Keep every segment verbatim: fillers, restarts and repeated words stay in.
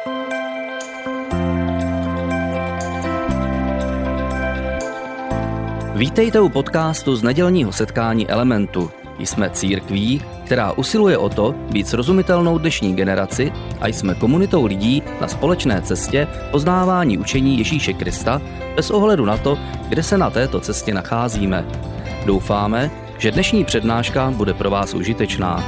Vítejte u podcastu z nedělního setkání Elementu. Jsme církví, která usiluje o to být srozumitelnou dnešní generaci a jsme komunitou lidí na společné cestě poznávání učení Ježíše Krista bez ohledu na to, kde se na této cestě nacházíme. Doufáme, že dnešní přednáška bude pro vás užitečná.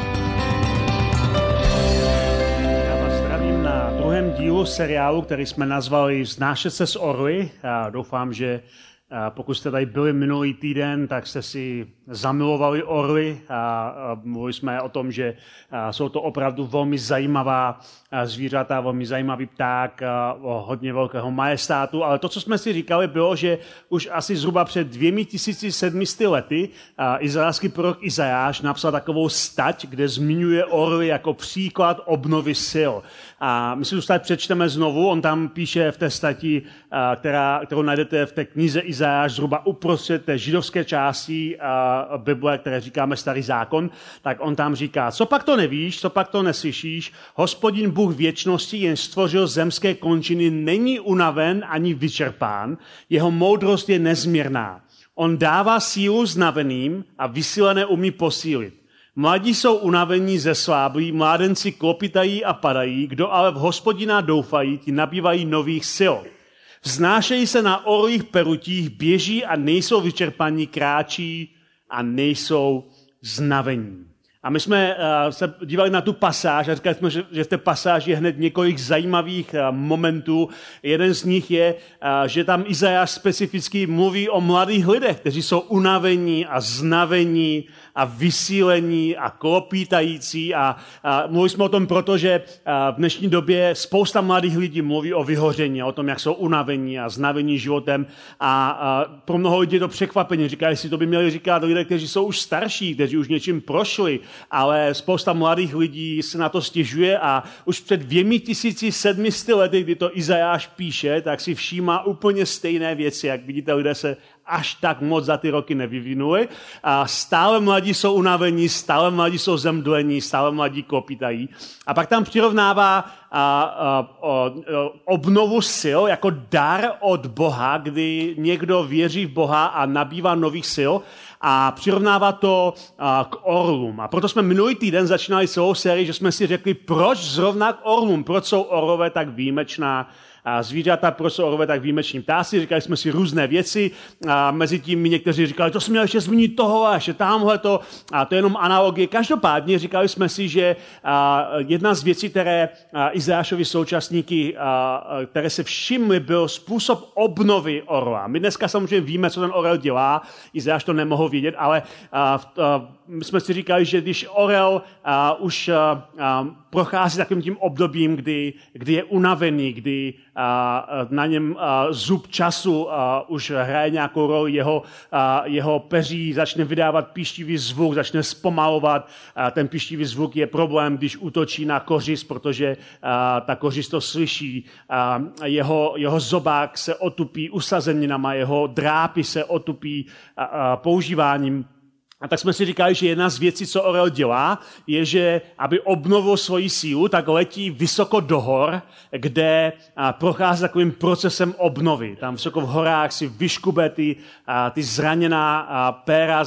Já vás zdravím na druhém dílu seriálu, který jsme nazvali Vznášet se z orly. Já doufám, že pokud jste tady byli minulý týden, tak jste si zamilovali orly a mluvili jsme o tom, že jsou to opravdu velmi zajímavá zvířata, velmi zajímavý pták, hodně velkého majestátu, ale to, co jsme si říkali, bylo, že už asi zhruba před dvěmi tisíci sedmisty lety izraelský prorok Izajáš napsal takovou stať, kde zmiňuje orly jako příklad obnovy sil. A my si tu stať přečteme znovu, on tam píše v té stati, která, kterou najdete v té knize Izajáš zhruba uprostřed té židovské části Bible, které říkáme Starý zákon, tak on tam říká, co pak to nevíš, co pak to neslyšíš, Hospodin Bůh věčnosti jen stvořil zemské končiny, není unaven ani vyčerpán, jeho moudrost je nezměrná. On dává sílu znaveným a vysílené umí posílit. Mladí jsou unavení ze sláblí, mládenci klopitají a padají, kdo ale v Hospodina doufají, ti nabývají nových sil. Vznášejí se na orlích perutích, běží a nejsou vyčerpaní, kráčí a nejsou znavení. A my jsme uh, se dívali na tu pasáž a říkali jsme, že, že v té pasáži je hned několik zajímavých uh, momentů. Jeden z nich je, uh, že tam Izajáš specificky mluví o mladých lidech, kteří jsou unavení a znavení a vysílení a klopítající. A, a mluvili jsme o tom proto, že uh, v dnešní době spousta mladých lidí mluví o vyhoření, o tom, jak jsou unavení a znavení životem. A uh, pro mnoho lidí je to překvapení. Říkají si, to by měli říkat lidé, kteří jsou už starší, kteří už něčím prošli. Ale spousta mladých lidí se na to stěžuje a už před dvěmi tisíci sedmisty lety, kdy to Izajáš píše, tak si všímá úplně stejné věci. Jak vidíte, lidé se až tak moc za ty roky nevyvinuli. A stále mladí jsou unavení, stále mladí jsou zemdlení, stále mladí klopitají. A pak tam přirovnává a, a, a, obnovu sil jako dar od Boha, kdy někdo věří v Boha a nabývá nových sil. A přirovnává to a, k orlům. A proto jsme minulý týden začínali celou sérii, že jsme si řekli, proč zrovna k orlům, proč jsou orlové tak výjimečná a zvířata, proč jsou orlové tak výjimeční ptáci. Říkali jsme si různé věci a mezi tím někteří říkali, to jsme měli ještě zmínit toho a ještě tamhleto. A to je jenom analogie. Každopádně říkali jsme si, že a, jedna z věcí, které Izajášovi současníky, a, které se všimly, byl způsob obnovy orla. My dneska samozřejmě víme, co ten orel dělá. Izajáš to nemohl vědět, ale a, a, my jsme si říkali, že když orel a, už a, a, prochází takovým tím obdobím, kdy, kdy je unavený, kdy a, na něm a, zub času a, už hraje nějakou roli, jeho, a, jeho peří začne vydávat píštivý zvuk, začne zpomalovat. A ten píštivý zvuk je problém, když útočí na kořist, protože a, ta kořist to slyší. A, jeho, jeho zobák se otupí usazeninama, jeho drápy se otupí a, a, používáním. A tak jsme si říkali, že jedna z věcí, co orel dělá, je, že aby obnovil svoji sílu, tak letí vysoko do hor, kde prochází takovým procesem obnovy. Tam vysoko v horách si vyškube ty, ty zraněná péra,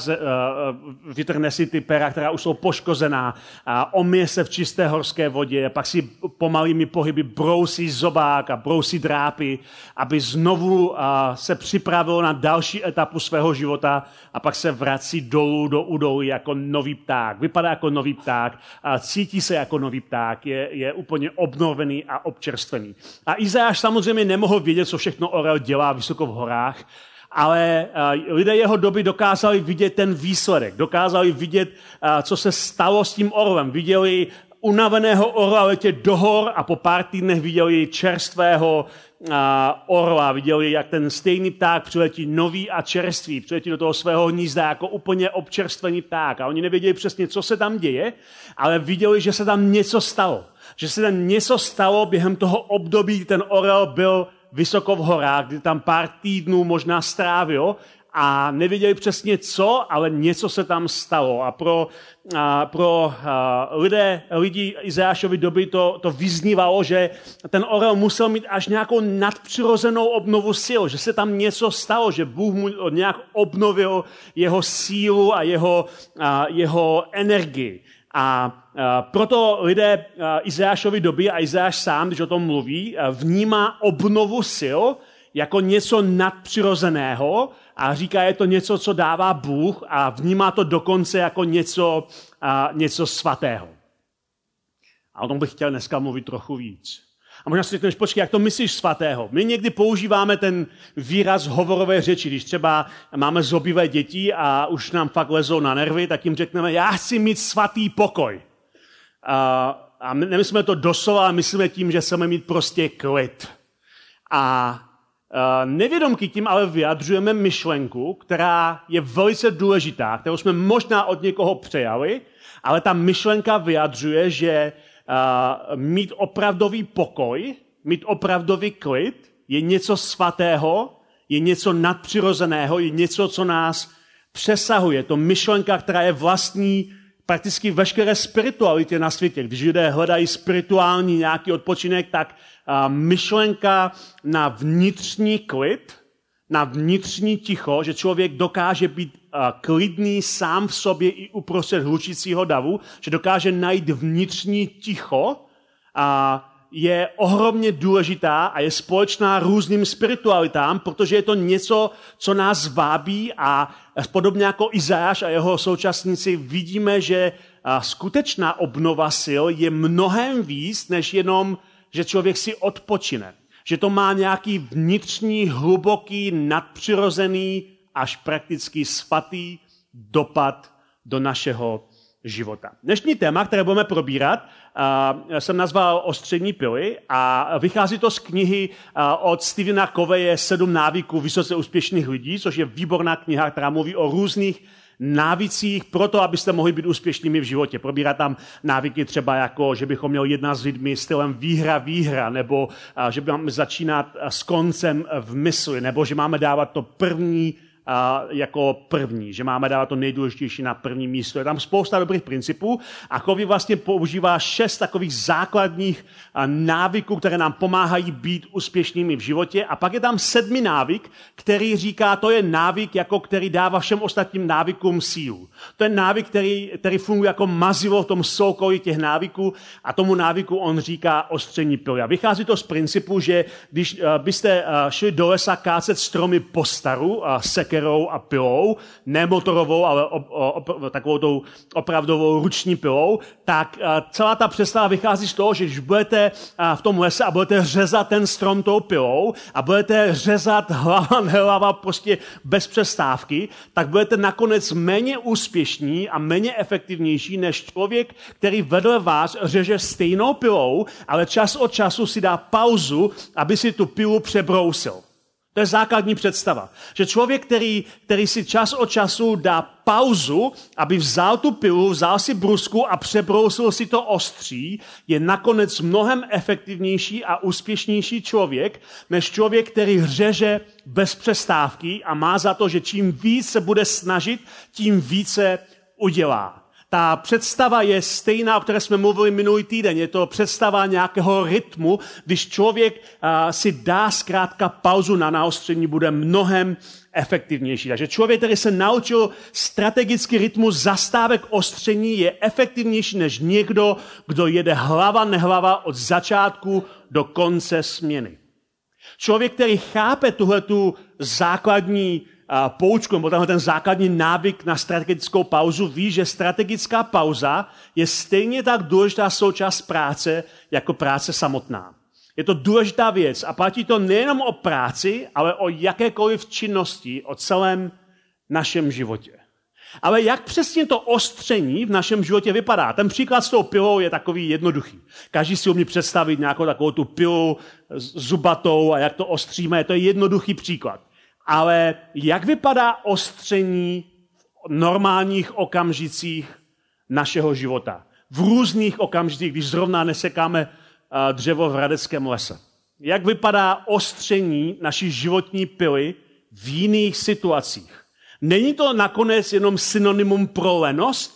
vytrhne si ty péra, která už jsou poškozená, omije se v čisté horské vodě, pak si pomalými pohyby brousí zobák a brousí drápy, aby znovu se připravil na další etapu svého života a pak se vrací dolů do údolí jako nový pták. Vypadá jako nový pták, a cítí se jako nový pták, je, je úplně obnovený a občerstvený. A Izajáš samozřejmě nemohl vědět, co všechno orel dělá vysoko v horách, ale lidé jeho doby dokázali vidět ten výsledek, dokázali vidět, co se stalo s tím orlem. Viděli unaveného orla letět do hor a po pár týdnech viděli čerstvého a, orla. Viděli, jak ten stejný pták přiletí nový a čerstvý, přiletí do toho svého hnízda jako úplně občerstvený pták. A oni nevěděli přesně, co se tam děje, ale viděli, že se tam něco stalo. Že se tam něco stalo během toho období, kdy ten orel byl vysoko v horách, kdy tam pár týdnů možná strávil a nevěděli přesně co, ale něco se tam stalo. A pro, a pro a lidé, lidi Izajášovy doby to, to vyznívalo, že ten orel musel mít až nějakou nadpřirozenou obnovu sil, že se tam něco stalo, že Bůh mu nějak obnovil jeho sílu a jeho, a jeho energii. A proto lidé Izajášovy doby a Izajáš sám, když o tom mluví, vnímá obnovu sil jako něco nadpřirozeného a říká, je to něco, co dává Bůh a vnímá to dokonce jako něco, něco svatého. A o tom bych chtěl dneska mluvit trochu víc. A možná si řekneš, počkej, jak to myslíš svatého? My někdy používáme ten výraz hovorové řeči, když třeba máme zlobivé děti a už nám fakt lezou na nervy, tak jim řekneme, já chci mít svatý pokoj. A, a nemyslíme to doslova, ale myslíme tím, že chceme mít prostě klid. A nevědomky tím ale vyjadřujeme myšlenku, která je velice důležitá, kterou jsme možná od někoho přejali, ale ta myšlenka vyjadřuje, že uh, mít opravdový pokoj, mít opravdový klid je něco svatého, je něco nadpřirozeného, je něco, co nás přesahuje. To myšlenka, která je vlastní prakticky veškeré spiritualitě na světě. Když lidé hledají spirituální nějaký odpočinek, tak uh, myšlenka na vnitřní klid, na vnitřní ticho, že člověk dokáže být uh, klidný sám v sobě i uprostřed hlučícího davu, že dokáže najít vnitřní ticho, a je ohromně důležitá a je společná různým spiritualitám, protože je to něco, co nás vábí a podobně jako Izajáš a jeho současníci vidíme, že skutečná obnova sil je mnohem víc, než jenom, že člověk si odpočine. Že to má nějaký vnitřní, hluboký, nadpřirozený, až prakticky svatý dopad do našeho života. Dnešní téma, které budeme probírat, uh, jsem nazval Ostření pily a vychází to z knihy uh, od Stephena Coveye Sedm návyků vysoce úspěšných lidí, což je výborná kniha, která mluví o různých návicích pro to, abyste mohli být úspěšnými v životě. Probírá tam návyky třeba jako, že bychom měli jednat s lidmi stylem výhra, výhra, nebo uh, že máme začínat s koncem v mysli, nebo že máme dávat to první Uh, jako první, že máme dávat to nejdůležitější na první místo. Je tam spousta dobrých principů a Covey vlastně používá šest takových základních uh, návyků, které nám pomáhají být úspěšnými v životě a pak je tam sedmý návyk, který říká, to je návyk, jako který dává všem ostatním návykům sílu. To je návyk, který, který funguje jako mazivo v tom soukolí těch návyků a tomu návyku on říká ostření pily. A vychází to z principu, že když uh, byste uh, šli do lesa kácet stromy po staru, uh, sekerou a pilou, ne motorovou, ale op, op, op, takovou tou opravdovou ruční pilou, tak uh, celá ta představa vychází z toho, že když budete uh, v tom lese a budete řezat ten strom tou pilou a budete řezat hlava nehlava prostě bez přestávky, tak budete nakonec méně úspěšní a méně efektivnější než člověk, který vedle vás řeže stejnou pilou, ale čas od času si dá pauzu, aby si tu pilu přebrousil. To je základní představa. Že člověk, který, který si čas od času dá pauzu, aby vzal tu pilu, vzal si brusku a přebrousil si to ostří, je nakonec mnohem efektivnější a úspěšnější člověk, než člověk, který řeže bez přestávky a má za to, že čím víc se bude snažit, tím více udělá. Ta představa je stejná, o které jsme mluvili minulý týden. Je to představa nějakého rytmu, když člověk uh, si dá zkrátka pauzu na naostření, bude mnohem efektivnější. Takže člověk, který se naučil strategický rytmus zastávek ostření, je efektivnější než někdo, kdo jede hlava nehlava od začátku do konce směny. Člověk, který chápe tuhletu základní poučku, nebo tenhle ten základní návyk na strategickou pauzu, ví, že strategická pauza je stejně tak důležitá součást práce, jako práce samotná. Je to důležitá věc a platí to nejenom o práci, ale o jakékoliv činnosti, o celém našem životě. Ale jak přesně to ostření v našem životě vypadá? Ten příklad s tou pilou je takový jednoduchý. Každý si umí představit nějakou takovou tu pilu zubatou a jak to ostříme, to je jednoduchý příklad. Ale jak vypadá ostření v normálních okamžicích našeho života? V různých okamžicích, když zrovna nesekáme dřevo v Hradeckém lese. Jak vypadá ostření naší životní pily v jiných situacích? Není to nakonec jenom synonymum pro lenost?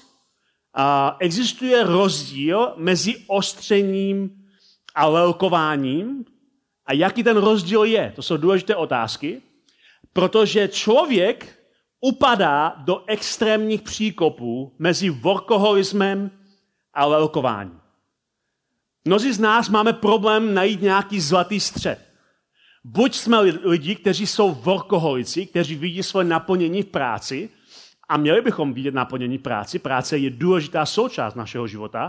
A existuje rozdíl mezi ostřením a lelkováním. A jaký ten rozdíl je? To jsou důležité otázky, protože člověk upadá do extrémních příkopů mezi workoholismem a lelkováním. Mnozí z nás máme problém najít nějaký zlatý střed. Buď jsme lidi, kteří jsou workoholici, kteří vidí své naplnění v práci, a měli bychom vidět naplnění práci. Práce je důležitá součást našeho života,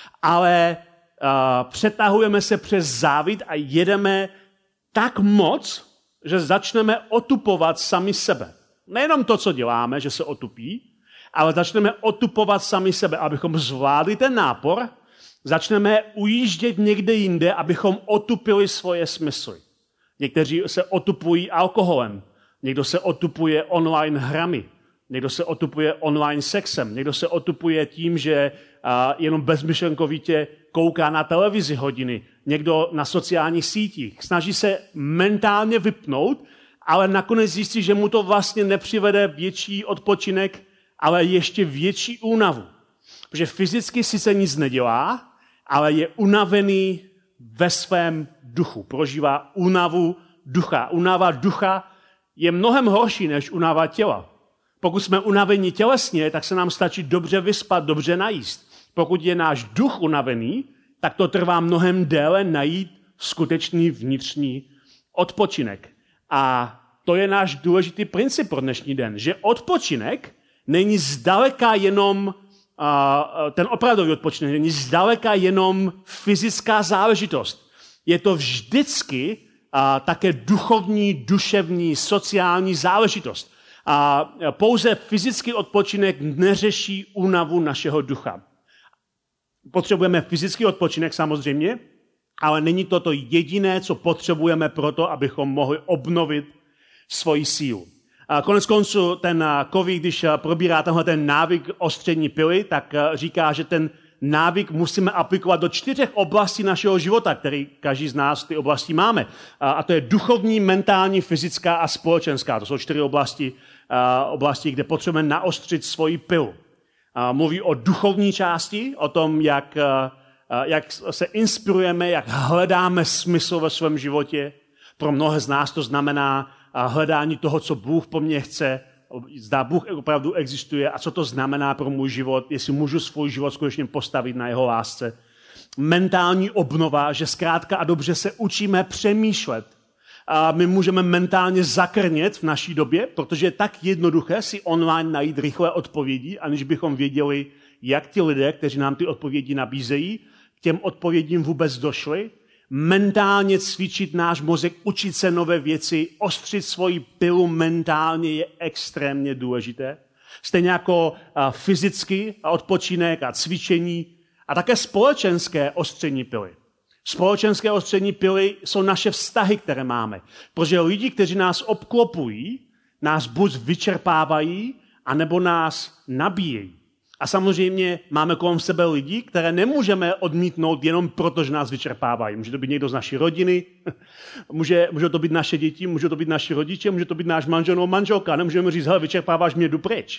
ale uh, přetahujeme se přes závist a jedeme tak moc, že začneme otupovat sami sebe. Nejenom to, co děláme, že se otupí, ale začneme otupovat sami sebe, abychom zvládli ten nápor, začneme ujíždět někde jinde, abychom otupili svoje smysly. Někteří se otupují alkoholem, někdo se otupuje online hrami, někdo se otupuje online sexem, někdo se otupuje tím, že a, jenom bezmyšlenkovitě kouká na televizi hodiny, někdo na sociálních sítích. Snaží se mentálně vypnout, ale nakonec zjistí, že mu to vlastně nepřivede větší odpočinek, ale ještě větší únavu. Protože fyzicky sice nic nedělá, ale je unavený ve svém duchu. Prožívá únavu ducha. Únava ducha je mnohem horší než únava těla. Pokud jsme unavení tělesně, tak se nám stačí dobře vyspat, dobře najíst. Pokud je náš duch unavený, tak to trvá mnohem déle najít skutečný vnitřní odpočinek. A to je náš důležitý princip pro dnešní den, že odpočinek není zdaleka jenom, uh, ten opravdový odpočinek není zdaleka jenom fyzická záležitost. Je to vždycky uh, také duchovní, duševní, sociální záležitost. A pouze fyzický odpočinek neřeší únavu našeho ducha. Potřebujeme fyzický odpočinek samozřejmě, ale není to to jediné, co potřebujeme pro to, abychom mohli obnovit svoji sílu. A konec konců ten Covey, když probírá tenhle ten návyk ostření pily, tak říká, že ten návyk musíme aplikovat do čtyřech oblastí našeho života, který každý z nás ty oblasti máme. A to je duchovní, mentální, fyzická a společenská. To jsou čtyři oblasti, oblasti, kde potřebujeme naostřit svoji pilu. Mluví o duchovní části, o tom, jak, jak se inspirujeme, jak hledáme smysl ve svém životě. Pro mnohé z nás to znamená hledání toho, co Bůh po mně chce, zda Bůh opravdu existuje a co to znamená pro můj život, jestli můžu svůj život skutečně postavit na jeho lásce. Mentální obnova, že zkrátka a dobře se učíme přemýšlet. A my můžeme mentálně zakrnět v naší době, protože je tak jednoduché si online najít rychlé odpovědi, aniž bychom věděli, jak ti lidé, kteří nám ty odpovědi nabízejí, k těm odpovědím vůbec došli. Mentálně cvičit náš mozek, učit se nové věci, ostřit svoji pilu mentálně je extrémně důležité. Stejně jako fyzický odpočinek a cvičení a také společenské ostření pily. Společenské ostření pily jsou naše vztahy, které máme. Protože lidi, kteří nás obklopují, nás buď vyčerpávají, anebo nás nabíjejí. A samozřejmě máme kolem sebe lidi, které nemůžeme odmítnout jenom proto, že nás vyčerpávají. Může to být někdo z naší rodiny, může, může to být naše děti, může to být naši rodiče, může to být náš manžel nebo manželka. Nemůžeme říct, hele, vyčerpáváš mě, jdu pryč.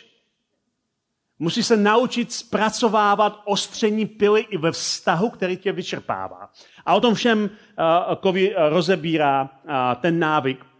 Musí se naučit zpracovávat ostření pily i ve vztahu, který tě vyčerpává. A o tom všem uh, Covey rozebírá uh, ten návyk. Uh,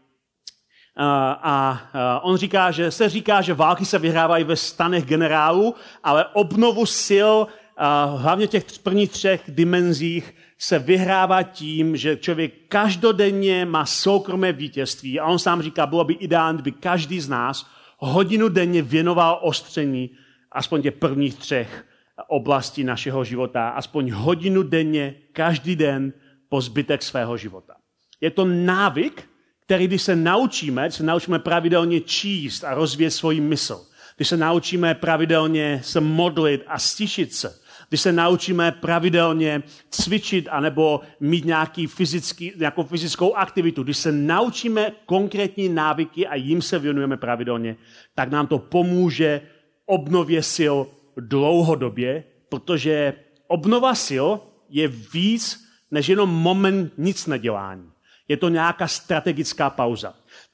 a uh, on říká, že se říká, že války se vyhrávají ve stanech generálů, ale obnovu sil, uh, hlavně těch prvních třech dimenzích, se vyhrává tím, že člověk každodenně má soukromé vítězství. A on sám říká, bylo by ideální, by každý z nás hodinu denně věnoval ostření aspoň těch prvních třech oblastí našeho života, aspoň hodinu denně, každý den po zbytek svého života. Je to návyk, který když se naučíme, když se naučíme pravidelně číst a rozvíjet svůj mysl, když se naučíme pravidelně se modlit a stišit se, když se naučíme pravidelně cvičit anebo mít nějaký fyzický, nějakou fyzickou aktivitu, když se naučíme konkrétní návyky a jim se věnujeme pravidelně, tak nám to pomůže obnově sil dlouhodobě, protože obnova sil je víc než jenom moment nic nedělání. Je to nějaká strategická pauza.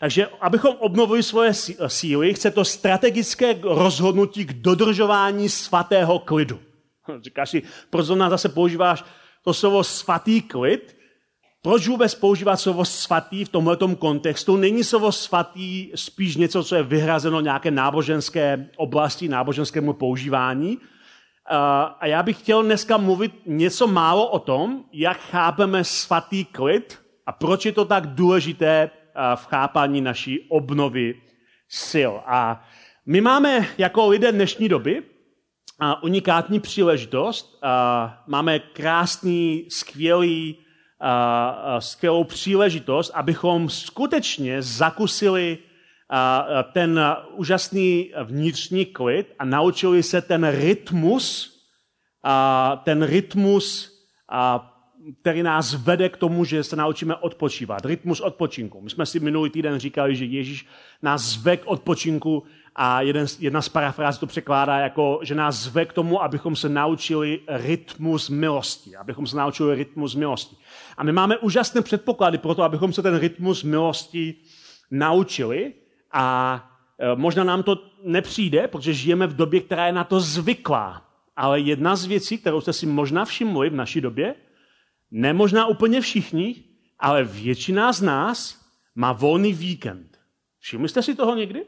Takže abychom obnovili svoje síly, chce to strategické rozhodnutí k dodržování svatého klidu. Říkáš si, proč zrovna zase používáš to slovo svatý klid? Proč vůbec používat slovo svatý v tomhletom kontextu? Není slovo svatý spíš něco, co je vyhrazeno nějaké náboženské oblasti, náboženskému používání? A já bych chtěl dneska mluvit něco málo o tom, jak chápeme svatý klid a proč je to tak důležité v chápání naší obnovy sil. A my máme jako lidé dnešní doby unikátní příležitost, máme krásný, skvělý, skvělou příležitost, abychom skutečně zakusili ten úžasný vnitřní klid a naučili se ten rytmus, ten rytmus, který nás vede k tomu, že se naučíme odpočívat. Rytmus odpočinku. My jsme si minulý týden říkali, že Ježíš nás zve k odpočinku a jeden, jedna z parafráz to překládá jako, že nás zve k tomu, abychom se naučili rytmus milosti. Abychom se naučili rytmus milosti. A my máme úžasné předpoklady pro to, abychom se ten rytmus milosti naučili a e, možná nám to nepřijde, protože žijeme v době, která je na to zvyklá. Ale jedna z věcí, kterou jste si možná všimli v naší době, ne možná úplně všichni, ale většina z nás má volný víkend. Všimli jste si toho někdy?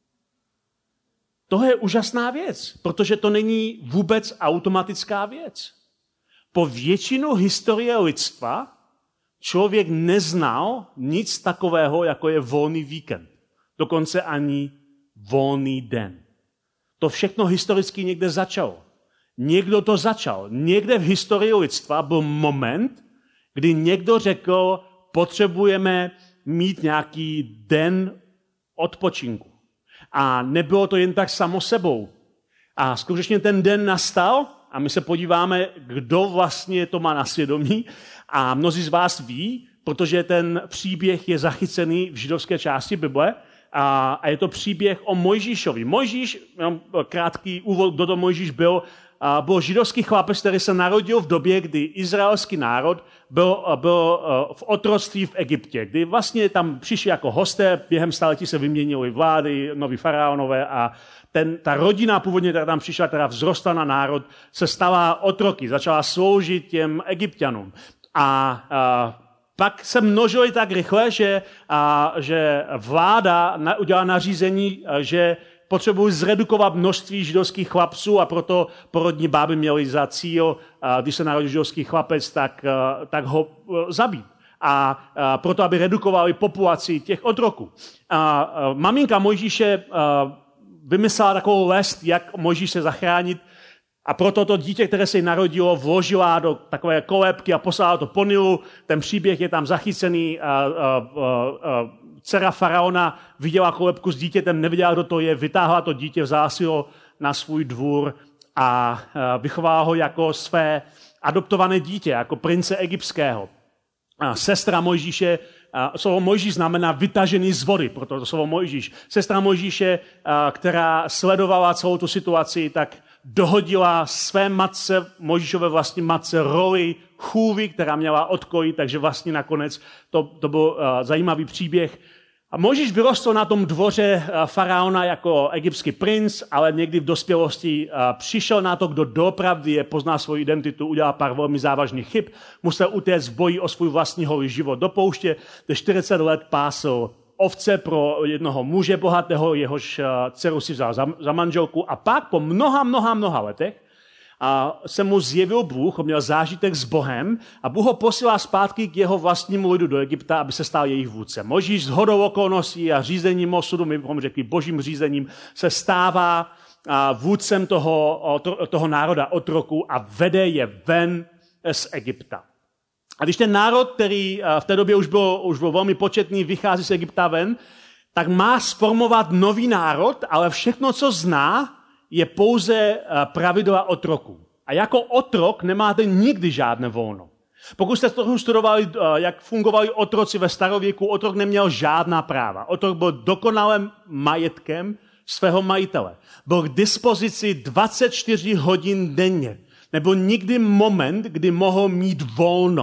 To je úžasná věc, protože to není vůbec automatická věc. Po většinu historie lidstva člověk neznal nic takového, jako je volný víkend. Dokonce ani volný den. To všechno historicky někde začalo. Někdo to začal. Někde v historii lidstva byl moment, kdy někdo řekl, potřebujeme mít nějaký den odpočinku. A nebylo to jen tak samo sebou. A skutečně ten den nastal a my se podíváme, kdo vlastně to má na svědomí. A mnozí z vás ví, protože ten příběh je zachycený v židovské části Bible a, a je to příběh o Mojžíšovi. Mojžíš, jenom krátký úvod, kdo to Mojžíš byl, a byl židovský chlapec, který se narodil v době, kdy izraelský národ byl, byl v otroctví v Egyptě, kdy vlastně tam přišli jako hosté, během staletí se vyměnily vlády, noví faraonové a ten, ta rodina původně, která tam přišla, která vzrostla na národ, se stala otroky, začala sloužit těm Egypťanům. A, a pak se množili tak rychle, že, a, že vláda na, udělala nařízení, že potřebují zredukovat množství židovských chlapců a proto porodní báby měly za cíl, když se narodil židovský chlapec, tak, tak ho zabít. A proto, aby redukovali populaci těch otroků. A maminka Mojžíše vymyslela takovou lest, jak Mojžíše zachránit, a proto to dítě, které se jí narodilo, vložila do takové kolébky a poslala to po Nilu. Ten příběh je tam zachycený. A, a, a, a, dcera faraona viděla kolébku s dítětem, nevěděla, kdo to je, vytáhla to dítě, vzala si ho na svůj dvůr a vychovala ho jako své adoptované dítě, jako prince egyptského. A sestra Mojžíše, slovo Mojžíš znamená vytažený z vody, proto to slovo Mojžíš. Sestra Mojžíše, která sledovala celou tu situaci, tak dohodila své matce, Mojžíšové vlastní matce, roli chůvy, která měla odkojit, takže vlastně nakonec to, to byl uh, zajímavý příběh. A Mojžíš vyrostl na tom dvoře uh, faraona jako egyptský princ, ale někdy v dospělosti uh, přišel na to, kdo doopravdy je, pozná svou identitu, udělal pár velmi závažných chyb, musel utéct v boji o svůj vlastní holý život do pouště, kde čtyřicet let pásl ovce pro jednoho muže bohatého, jehož dceru si vzal za, za manželku a pak po mnoha, mnoha, mnoha letech a se mu zjevil Bůh, on měl zážitek s Bohem a Bůh ho posílá zpátky k jeho vlastnímu lidu do Egypta, aby se stal jejich vůdcem. Mojžíš s hodou okolností a řízením osudu, my bychom řekli božím řízením, se stává vůdcem toho, toho národa otroků a vede je ven z Egypta. A když ten národ, který v té době už byl, už byl velmi početný, vychází z Egypta ven, tak má sformovat nový národ, ale všechno, co zná, je pouze pravidla otroku. A jako otrok nemáte nikdy žádné volno. Pokud jste trochu studovali, jak fungovali otroci ve starověku, otrok neměl žádná práva. Otrok byl dokonalým majetkem svého majitele. Byl k dispozici dvacet čtyři hodin denně. Nebyl nikdy moment, kdy mohl mít volno.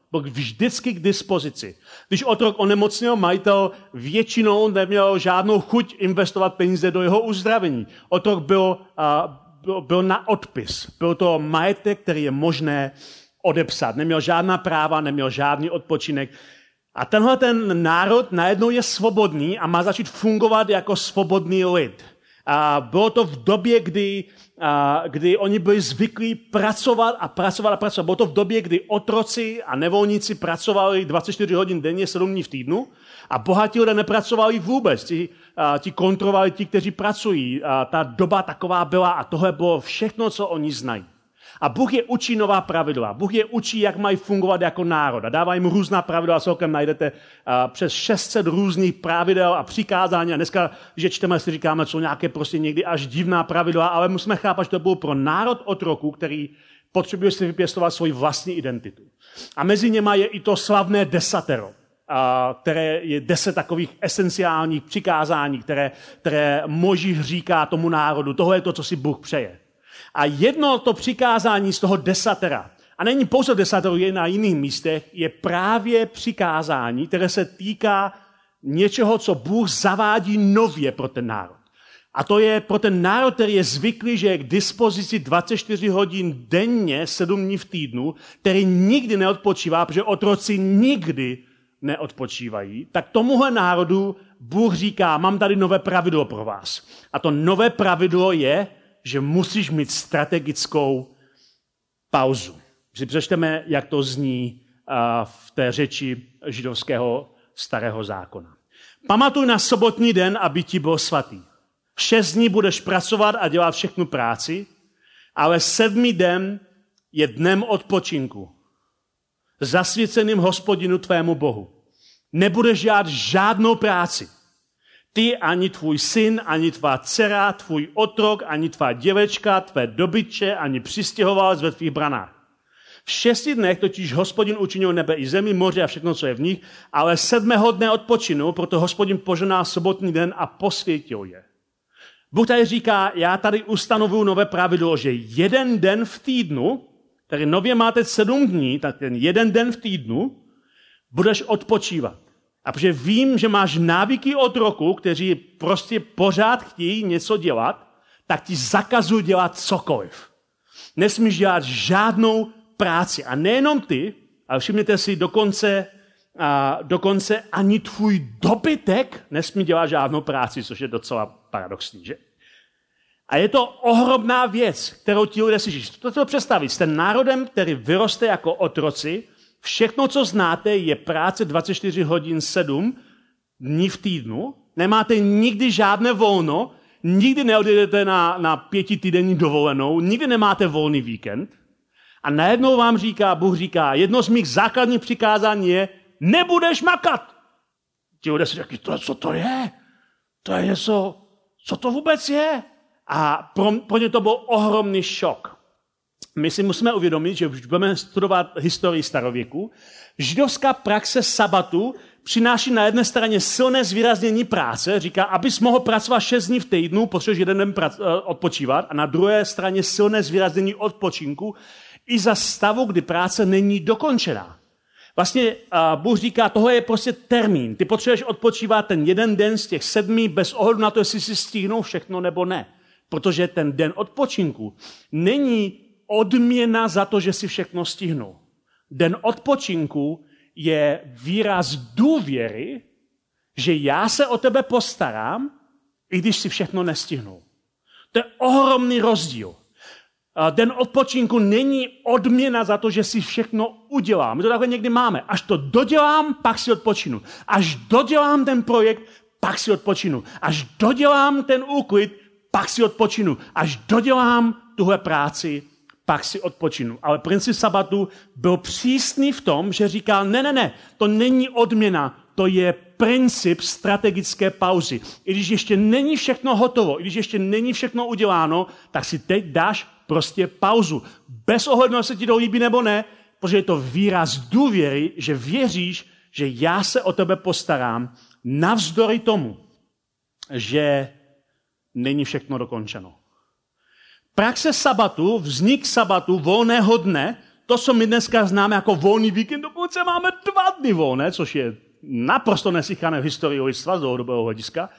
Byl vždycky k dispozici. Když otrok onemocněl, majitel většinou neměl žádnou chuť investovat peníze do jeho uzdravení. Otrok byl, uh, byl, byl na odpis. Byl to majetek, který je možné odepsat. Neměl žádná práva, neměl žádný odpočinek. A tenhle ten národ najednou je svobodný a má začít fungovat jako svobodný lid. A bylo to v době, kdy, a, kdy oni byli zvyklí pracovat a pracovat a pracovat. Bylo to v době, kdy otroci a nevolníci pracovali dvacet čtyři hodin denně, sedm dní v týdnu a bohatí lidé nepracovali vůbec. Ti, a, ti kontrolovali ti, kteří pracují. A ta doba taková byla a tohle bylo všechno, co oni znají. A Bůh je učí nová pravidla. Bůh je učí, jak mají fungovat jako národ. A dává jim různá pravidla. Celkem najdete uh, přes šest set různých pravidel a přikázání. A dneska, že čteme, si říkáme, co nějaké prostě někdy až divná pravidla, ale musíme chápat, že to bylo pro národ otroků, který potřebuje si vypěstovat svoji vlastní identitu. A mezi něma je i to slavné desatero, uh, které je deset takových esenciálních přikázání, které, které Mojžíš říká tomu národu. Tohle je to, co si Bůh přeje. A jedno to přikázání z toho desatera, a není pouze desatero, je na jiných místech, je právě přikázání, které se týká něčeho, co Bůh zavádí nově pro ten národ. A to je pro ten národ, který je zvyklý, že je k dispozici dvacet čtyři hodin denně, sedm dní v týdnu, který nikdy neodpočívá, protože otroci nikdy neodpočívají, tak tomuhle národu Bůh říká, mám tady nové pravidlo pro vás. A to nové pravidlo je, že musíš mít strategickou pauzu. Si přečteme, jak to zní v té řeči židovského starého zákona. Pamatuj na sobotní den, aby ti byl svatý. Šest dní budeš pracovat a dělat všechnu práci, ale sedmý den je dnem odpočinku. Zasvěceným Hospodinu tvému Bohu. Nebudeš dělat žádnou práci. Ty, ani tvůj syn, ani tvá dcera, tvůj otrok, ani tvá děvečka, tvé dobytče, ani přistěhovalec ve tvých branách. V šesti dnech totiž Hospodin učinil nebe i zemi, moře a všechno, co je v nich, ale sedmého dne odpočinu, proto Hospodin požehnal sobotní den a posvětil je. Bůh tady říká, já tady ustanovuju nové pravidlo, že jeden den v týdnu, tady nově máte sedm dní, tak ten jeden den v týdnu budeš odpočívat. A protože vím, že máš návyky od roku, kteří prostě pořád chtějí něco dělat, tak ti zakazuju dělat cokoliv. Nesmíš dělat žádnou práci. A nejenom ty, ale všimněte si, dokonce, a dokonce ani tvůj dobytek nesmí dělat žádnou práci, což je docela paradoxní, že? A je to ohromná věc, kterou ti lidé si říct. To to představit. Jste národem, který vyroste jako otroci. Všechno, co znáte, je práce dvacet čtyři hodin sedm dní v týdnu. Nemáte nikdy žádné volno, nikdy neodjedete na, na pětitýdenní dovolenou, nikdy nemáte volný víkend. A najednou vám říká, Bůh říká, jedno z mých základních přikázání je, nebudeš makat. Ti lidé si říkají, to, co to je? To je něco, co to vůbec je? A pro, pro ně to byl ohromný šok. My si musíme uvědomit, že už budeme studovat historii starověku. Židovská praxe sabatu přináší na jedné straně silné zvýraznění práce, říká, abys mohl pracovat šest dní v týdnu, potřebuješ jeden den prac- odpočívat, a na druhé straně silné zvýraznění odpočinku i za stavu, kdy práce není dokončená. Vlastně uh, Bůh říká, tohle je prostě termín. Ty potřebuješ odpočívat ten jeden den z těch sedmi bez ohledu na to, jestli si stihnou všechno nebo ne. Protože ten den odpočinku není odměna za to, že si všechno stihnu. Den odpočinku je výraz důvěry, že já se o tebe postarám, i když si všechno nestihnu. To je ohromný rozdíl. Den odpočinku není odměna za to, že si všechno udělám. My to takhle někdy máme. Až to dodělám, pak si odpočinu. Až dodělám ten projekt, pak si odpočinu. Až dodělám ten úklid, pak si odpočinu. Až dodělám tuhle práci, pak si odpočinu. Ale princip sabatu byl přísný v tom, že říkal, ne, ne, ne, to není odměna, to je princip strategické pauzy. I když ještě není všechno hotovo, i když ještě není všechno uděláno, tak si teď dáš prostě pauzu. Bez ohledu, jestli ti to líbí nebo ne, protože je to výraz důvěry, že věříš, že já se o tebe postarám, navzdory tomu, že není všechno dokončeno. Praxe sabatu, vznik sabatu, volného dne, to, co my dneska známe jako volný víkend, dokonce máme dva dny volné, což je naprosto neslýchané v historii lidstva z dlouhodobého hlediska,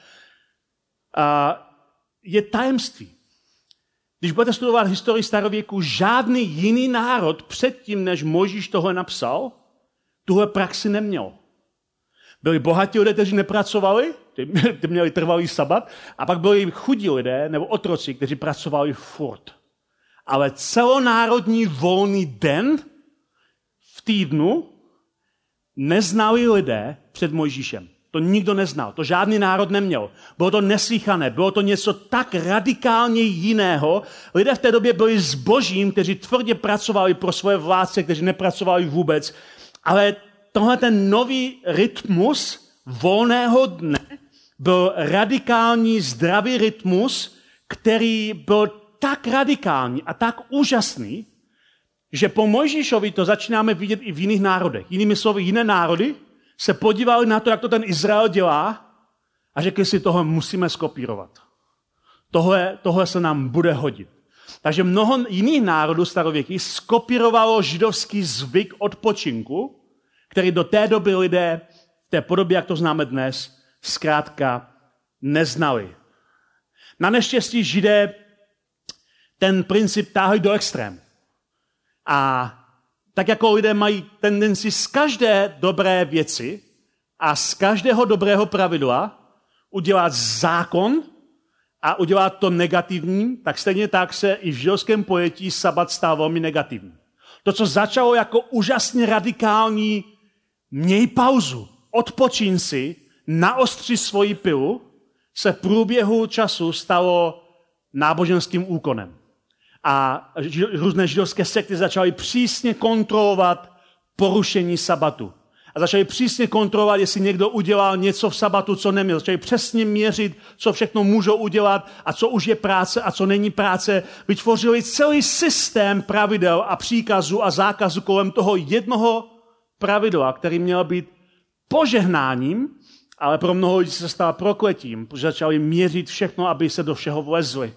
a je tajemství. Když budete studovat historii starověku, žádný jiný národ předtím, než Mojžíš tohle napsal, tuhle praxi neměl. Byli bohatí lidé, kteří nepracovali, ty měli trvalý sabat, a pak byli chudí lidé nebo otroci, kteří pracovali furt. Ale celonárodní volný den v týdnu neznali lidé před Mojžíšem. To nikdo neznal, to žádný národ neměl. Bylo to neslýchané, bylo to něco tak radikálně jiného. Lidé v té době byli zbožím, kteří tvrdě pracovali pro svoje vládce, kteří nepracovali vůbec. Ale tohle ten nový rytmus volného dne byl radikální, zdravý rytmus, který byl tak radikální a tak úžasný, že po Mojžíšovi to začínáme vidět i v jiných národech. Jinými slovy, jiné národy se podívali na to, jak to ten Izrael dělá a řekli si, tohle musíme skopírovat. Tohle, tohle se nám bude hodit. Takže mnoho jiných národů starověkých skopírovalo židovský zvyk odpočinku, který do té doby lidé v té podobě, jak to známe dnes, zkrátka neznali. Na neštěstí Židé ten princip táhli do extrém. A tak jako lidé mají tendenci z každé dobré věci a z každého dobrého pravidla udělat zákon a udělat to negativní, tak stejně tak se i v židovském pojetí sabat stal velmi negativní. To, co začalo jako úžasně radikální, měj pauzu, odpočíň si, naostři svoji pilu, se v průběhu času stalo náboženským úkonem. A různé židovské sekty začaly přísně kontrolovat porušení sabatu. A začaly přísně kontrolovat, jestli někdo udělal něco v sabatu, co neměl. Začaly přesně měřit, co všechno můžou udělat a co už je práce a co není práce. Vytvořili celý systém pravidel a příkazů a zákazů kolem toho jednoho pravidla, který měl být požehnáním, ale pro mnoho lidí se stal prokletím, protože začali měřit všechno, aby se do všeho vlezli.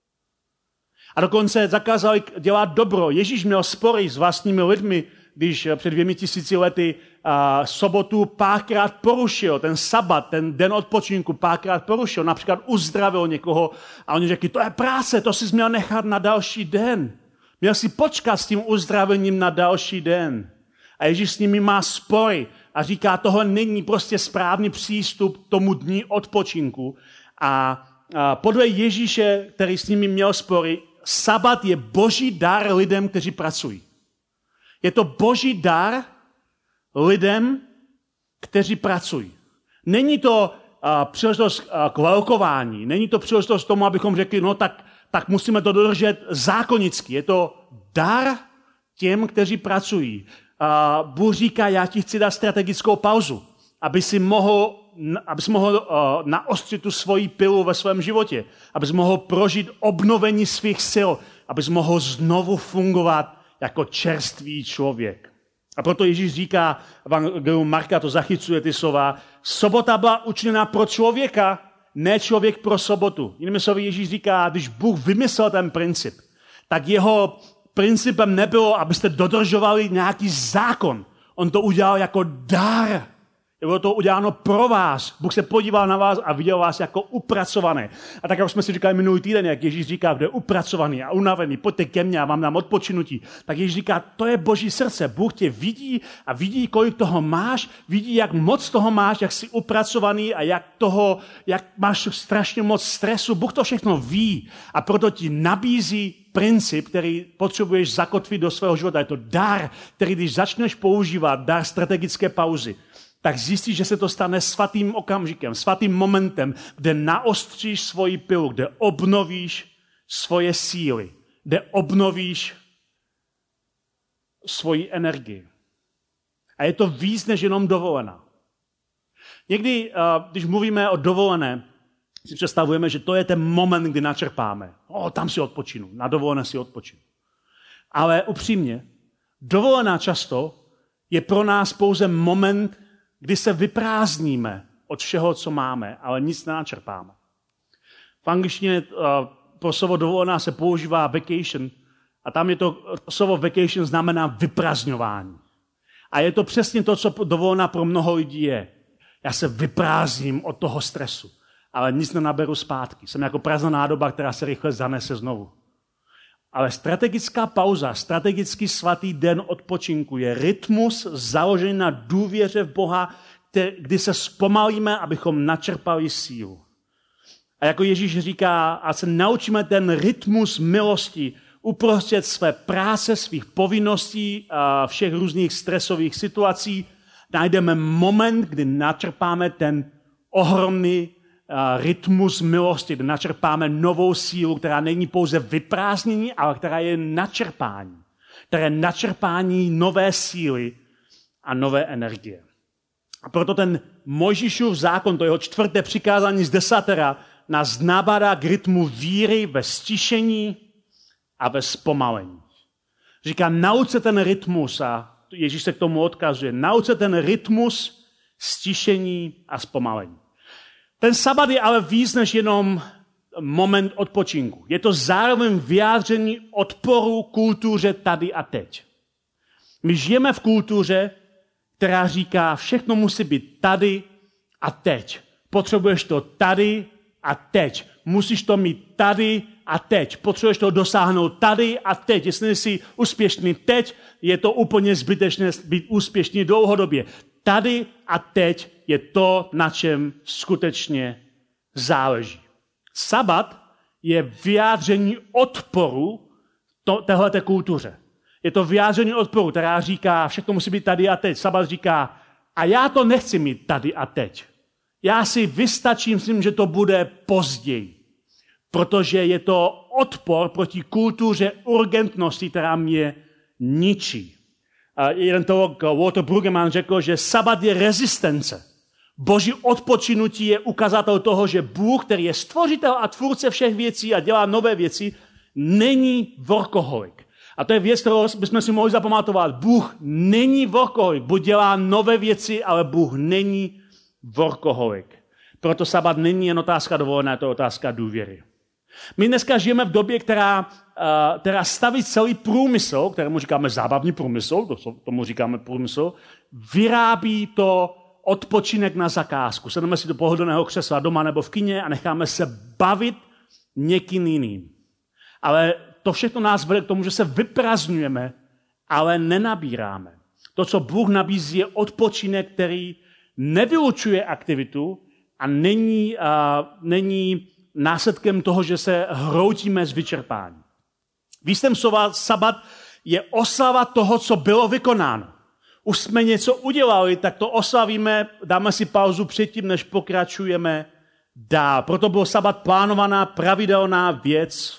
A dokonce zakázali dělat dobro. Ježíš měl spory s vlastními lidmi, když před dvěmi tisíci lety a, sobotu párkrát porušil, ten sabat, ten den odpočinku párkrát porušil, například uzdravil někoho a oni řekli, to je práce, to jsi měl nechat na další den. Měl si počkat s tím uzdravením na další den. A Ježíš s nimi má spory a říká, tohle není prostě správný přístup k tomu dní odpočinku. A, a podle Ježíše, který s nimi měl spory, sabat je boží dar lidem, kteří pracují. Je to boží dar lidem, kteří pracují. Není to uh, příležitost uh, k velkování, není to příležitost k tomu, abychom řekli, no tak, tak musíme to dodržet zákonicky. Je to dar těm, kteří pracují. Uh, Bůh říká, já ti chci dát strategickou pauzu, aby si mohl abys mohl uh, naostřit tu svoji pilu ve svém životě, abys mohl prožít obnovení svých sil, abys mohl znovu fungovat jako čerstvý člověk. A proto Ježíš říká, evangelium Marka to zachycuje ty slova, sobota byla učiněna pro člověka, ne člověk pro sobotu. Jinými slovy Ježíš říká, když Bůh vymyslel ten princip, tak jeho principem nebylo, abyste dodržovali nějaký zákon. On to udělal jako dar. Bylo to uděláno pro vás. Bůh se podíval na vás a viděl vás jako upracované. A tak, jak jsme si říkali minulý týden, jak Ježíš říká, kdo je upracovaný a unavený, pojďte ke mně a vám dám odpočinutí. Tak Ježíš říká, to je boží srdce. Bůh tě vidí a vidí, kolik toho máš, vidí, jak moc toho máš, jak jsi upracovaný a jak toho, jak máš strašně moc stresu. Bůh to všechno ví a proto ti nabízí princip, který potřebuješ zakotvit do svého života. Je to dar, který když začneš používat, dar strategické pauzy, tak zjistíš, že se to stane svatým okamžikem, svatým momentem, kde naostříš svoji pilu, kde obnovíš svoje síly, kde obnovíš svoji energii. A je to víc než jenom dovolená. Někdy, když mluvíme o dovolené, si představujeme, že to je ten moment, kdy načerpáme. O, tam si odpočinu, na dovolené si odpočinu. Ale upřímně, dovolená často je pro nás pouze moment, kdy se vyprázdníme od všeho, co máme, ale nic nenačerpáme. V angličtině uh, pro slovo dovolená se používá vacation A tam je to, to slovo vacation znamená vyprázdňování. A je to přesně to, co dovolená pro mnoho lidí je. Já se vyprázdním od toho stresu, ale nic nenaberu zpátky. Jsem jako prázdná nádoba, která se rychle zanese znovu. Ale strategická pauza, strategický svatý den odpočinku je rytmus založený na důvěře v Boha, kdy se zpomalíme, abychom načerpali sílu. A jako Ježíš říká, a se naučíme ten rytmus milosti uprostřed své práce, svých povinností a všech různých stresových situací, najdeme moment, kdy načerpáme ten ohromný rytmus milosti, kdy načerpáme novou sílu, která není pouze vyprázdnění, ale která je načerpání. Která je načerpání nové síly a nové energie. A proto ten Mojžíšův zákon, to jeho čtvrté přikázání z desatera, nás nabádá k rytmu víry ve stišení a ve zpomalení. Říká, nauč se ten rytmus, a Ježíš se k tomu odkazuje, nauč se ten rytmus stišení a zpomalení. Ten sabat je ale víc než jenom moment odpočinku. Je to zároveň vyjádření odporu kultuře tady a teď. My žijeme v kultuře, která říká, všechno musí být tady a teď. Potřebuješ to tady a teď. Musíš to mít tady a teď. Potřebuješ to dosáhnout tady a teď. Jestli jsi úspěšný teď, je to úplně zbytečné být úspěšný dlouhodobě. Tady a teď je to, na čem skutečně záleží. Sabat je vyjádření odporu téhleté kultuře. Je to vyjádření odporu, která říká, všechno musí být tady a teď. Sabat říká, a já to nechci mít tady a teď. Já si vystačím s tím, že to bude později. Protože je to odpor proti kultuře urgentnosti, která mě ničí. A jeden teolog Walter Brueggemann řekl, že sabat je rezistence. Boží odpočinutí je ukazatel toho, že Bůh, který je stvořitel a tvůrce všech věcí a dělá nové věci, není workoholik. A to je věc, kterou bychom si mohli zapamatovat. Bůh není workoholik. Bůh dělá nové věci, ale Bůh není workoholik. Proto sabat není jen otázka dovolené, to je otázka důvěry. My dneska žijeme v době, která, která staví celý průmysl, kterému říkáme zábavní průmysl, tomu říkáme průmysl, vyrábí to odpočinek na zakázku. Sedneme si do pohodlného křesla doma nebo v kině a necháme se bavit někým jiným. Ale to všechno nás vede k tomu, že se vyprazňujeme, ale nenabíráme. To, co Bůh nabízí, je odpočinek, který nevylučuje aktivitu a není, a není následkem toho, že se hroutíme z vyčerpání. Výstem slova sabat je oslava toho, co bylo vykonáno. Už jsme něco udělali, tak to oslavíme, dáme si pauzu předtím, než pokračujeme dál. Proto byl sabat plánovaná, pravidelná věc.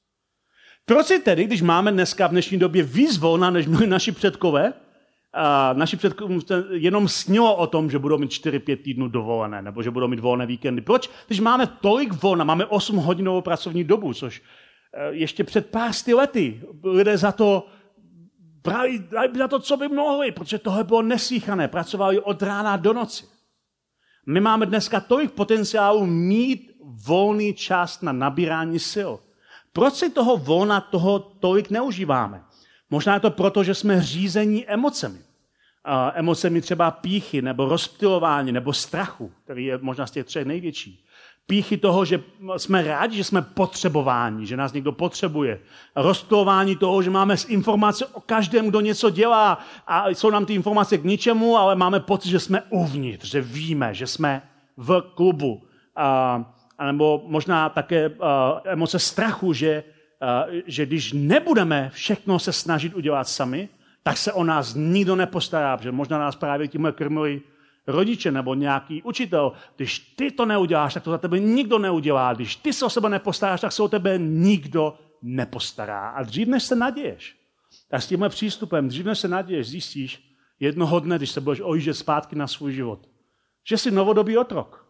Proč si tedy, když máme dneska v dnešní době víc volna, než měli naši předkové, a naši předkové jenom snilo o tom, že budou mít čtyři pět týdnů dovolené, nebo že budou mít volné víkendy. Proč? Když máme tolik volna, máme osm hodinovou pracovní dobu, což ještě před pár sty lety lidé za to brali za to, co by mohli, protože tohle bylo neslýchané. Pracovali od rána do noci. My máme dneska tolik potenciálu mít volný čas na nabírání sil. Proč si toho volna toho tolik neužíváme? Možná je to proto, že jsme řízení emocemi. Uh, emocemi třeba pýchy, nebo rozptylování, nebo strachu, který je možná z těch třech největší. Pýchy toho, že jsme rádi, že jsme potřebováni, že nás někdo potřebuje. Rozptylování toho, že máme informace o každém, kdo něco dělá a jsou nám ty informace k ničemu, ale máme pocit, že jsme uvnitř, že víme, že jsme v klubu. Uh, a nebo možná také uh, emoce strachu, že Uh, že když nebudeme všechno se snažit udělat sami, tak se o nás nikdo nepostará, protože možná nás právě tímhle krmili rodiče nebo nějaký učitel. Když ty to neuděláš, tak to za tebe nikdo neudělá. Když ty se o sebe nepostaráš, tak se o tebe nikdo nepostará. A dřív než se naděješ, tak s tímhle přístupem, dřív než se naděješ, zjistíš jednoho dne, když se budeš ojíždět zpátky na svůj život, že jsi novodobý otrok.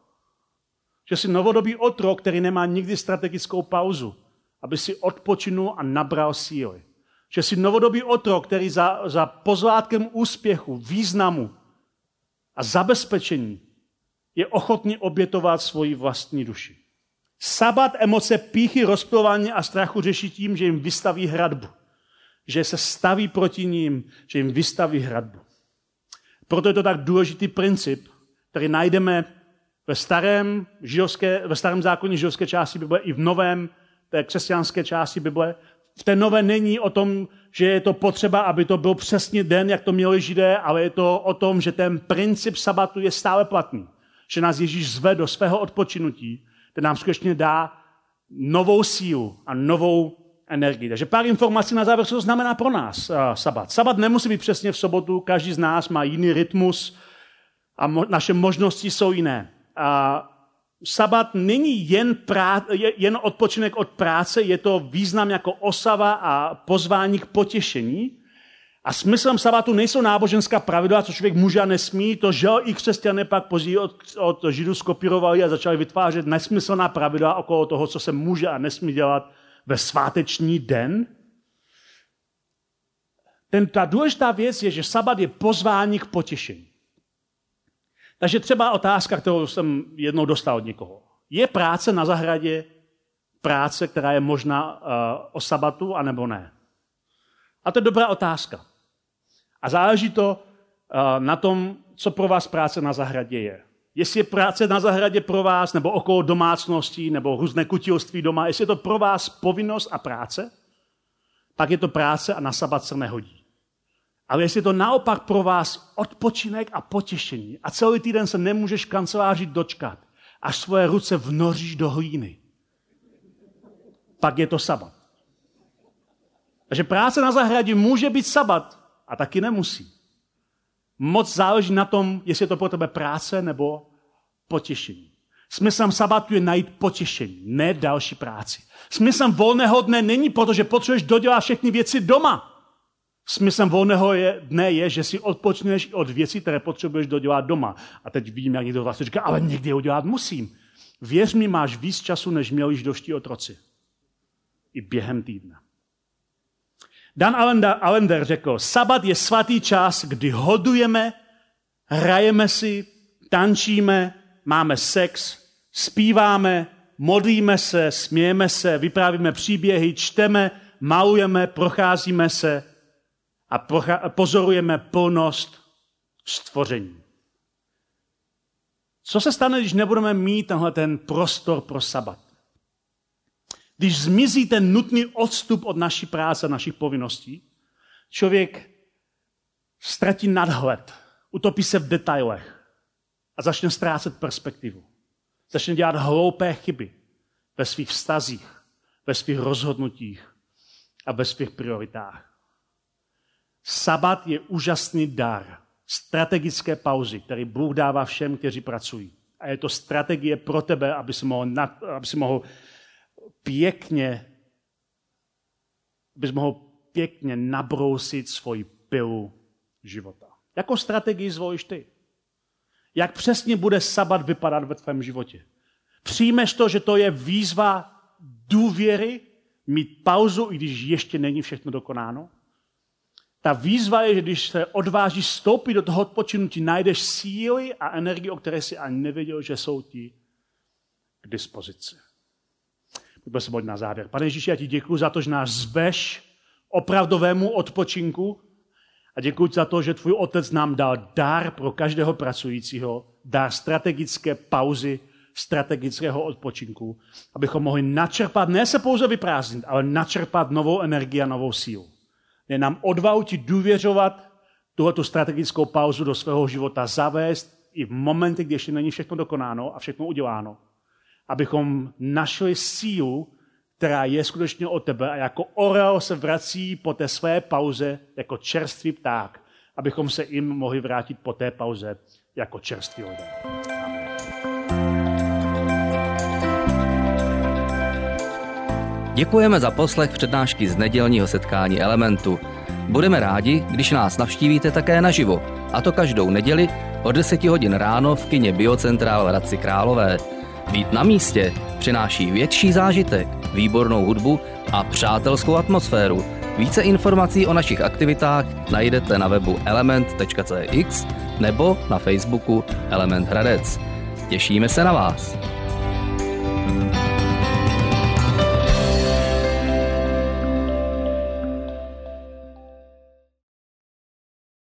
Že jsi novodobý otrok, který nemá nikdy strategickou pauzu, aby si odpočinul a nabral síly. Že jsi novodobý otrok, který za, za pozlátkem úspěchu, významu a zabezpečení je ochotný obětovat svoji vlastní duši. Sabat emoce pýchy, rozptylování a strachu řeší tím, že jim vystaví hradbu. že se staví proti ním, že jim vystaví hradbu. Proto je to tak důležitý princip, který najdeme ve starém, židovské, ve starém zákoně židovské části Bible i v novém, té křesťanské části Bible. V té nové není o tom, že je to potřeba, aby to byl přesně den, jak to měli Židé, ale je to o tom, že ten princip sabatu je stále platný. Že nás Ježíš zve do svého odpočinutí, ten nám skutečně dá novou sílu a novou energii. Takže pár informací na závěr, co to znamená pro nás uh, sabat. Sabat nemusí být přesně v sobotu, každý z nás má jiný rytmus a mo- naše možnosti jsou jiné. Uh, sabat není jen, prá- jen odpočinek od práce, je to význam jako osava a pozvání k potěšení. A smyslem sabatu nejsou náboženská pravidla, co člověk může a nesmí. To, že i křesťané pak později od, od Židů skopírovali a začali vytvářet nesmyslná pravidla okolo toho, co se může a nesmí dělat ve sváteční den. Ten, ta důležitá věc je, že sabat je pozvání k potěšení. Takže třeba otázka, kterou jsem jednou dostal od někoho. Je práce na zahradě práce, která je možná uh, o sabatu, anebo ne? A to je dobrá otázka. A záleží to uh, na tom, co pro vás práce na zahradě je. Jestli je práce na zahradě pro vás, nebo okolo domácností, nebo různé kutilství doma, jestli je to pro vás povinnost a práce, pak je to práce a na sabat se nehodí. Ale jestli je to naopak pro vás odpočinek a potěšení a celý týden se nemůžeš v kanceláři dočkat, až svoje ruce vnoříš do hlíny, pak je to sabat. Takže práce na zahradě může být sabat a taky nemusí. Moc záleží na tom, jestli je to pro tebe práce nebo potěšení. Smyslem sabatu je najít potěšení, ne další práci. Smyslem volného dne není proto, že potřebuješ dodělat všechny věci doma. Smyslem volného je, dne je, že si odpočneš od věcí, které potřebuješ dodělat doma. A teď vidím, jak někdo vlastně říká, ale někdy je udělat musím. Věř mi, máš víc času, než měli židovští otroci. I během týdne. Dan Allender řekl, sabat je svatý čas, kdy hodujeme, hrajeme si, tančíme, máme sex, zpíváme, modlíme se, smějeme se, vyprávíme příběhy, čteme, malujeme, procházíme se a procha- pozorujeme plnost stvoření. Co se stane, když nebudeme mít tenhle ten prostor pro sabat? Když zmizí ten nutný odstup od naší práce a našich povinností, člověk ztratí nadhled, utopí se v detailech a začne ztrácet perspektivu. Začne dělat hloupé chyby ve svých vztazích, ve svých rozhodnutích a ve svých prioritách. Sabat je úžasný dar, strategické pauzy, který Bůh dává všem, kteří pracují. A je to strategie pro tebe, aby si mohl, nad, aby si mohl pěkně, abys mohl pěkně nabrousit svoji pilu života. Jakou strategii zvolíš ty? Jak přesně bude sabat vypadat ve tvém životě? Přijmeš to, že to je výzva důvěry, mít pauzu, i když ještě není všechno dokonáno? Ta výzva je, že když se odvážíš vstoupit do toho odpočinutí, najdeš síly a energii, o které si ani nevěděl, že jsou ti k dispozici. Pojďme se modlit na závěr. Pane Ježíši, já ti děkuji za to, že nás zveš opravdovému odpočinku a děkuji za to, že tvůj otec nám dal dar pro každého pracujícího, dar strategické pauzy, strategického odpočinku, abychom mohli načerpat, ne se pouze vyprázdnit, ale načerpat novou energii a novou sílu. Je nám odvahu ti důvěřovat tuhletu strategickou pauzu do svého života zavést i v momentě, kdy ještě není všechno dokonáno a všechno uděláno. Abychom našli sílu, která je skutečně od tebe a jako orel se vrací po té své pauze jako čerstvý pták, abychom se jim mohli vrátit po té pauze jako čerství lidé. Děkujeme za poslech přednášky z nedělního setkání Elementu. Budeme rádi, když nás navštívíte také naživo, a to každou neděli od deseti hodin ráno v kině Biocentrál v Hradci Králové. Být na místě přináší větší zážitek, výbornou hudbu a přátelskou atmosféru. Více informací o našich aktivitách najdete na webu element tečka c x nebo na Facebooku Element Hradec. Těšíme se na vás.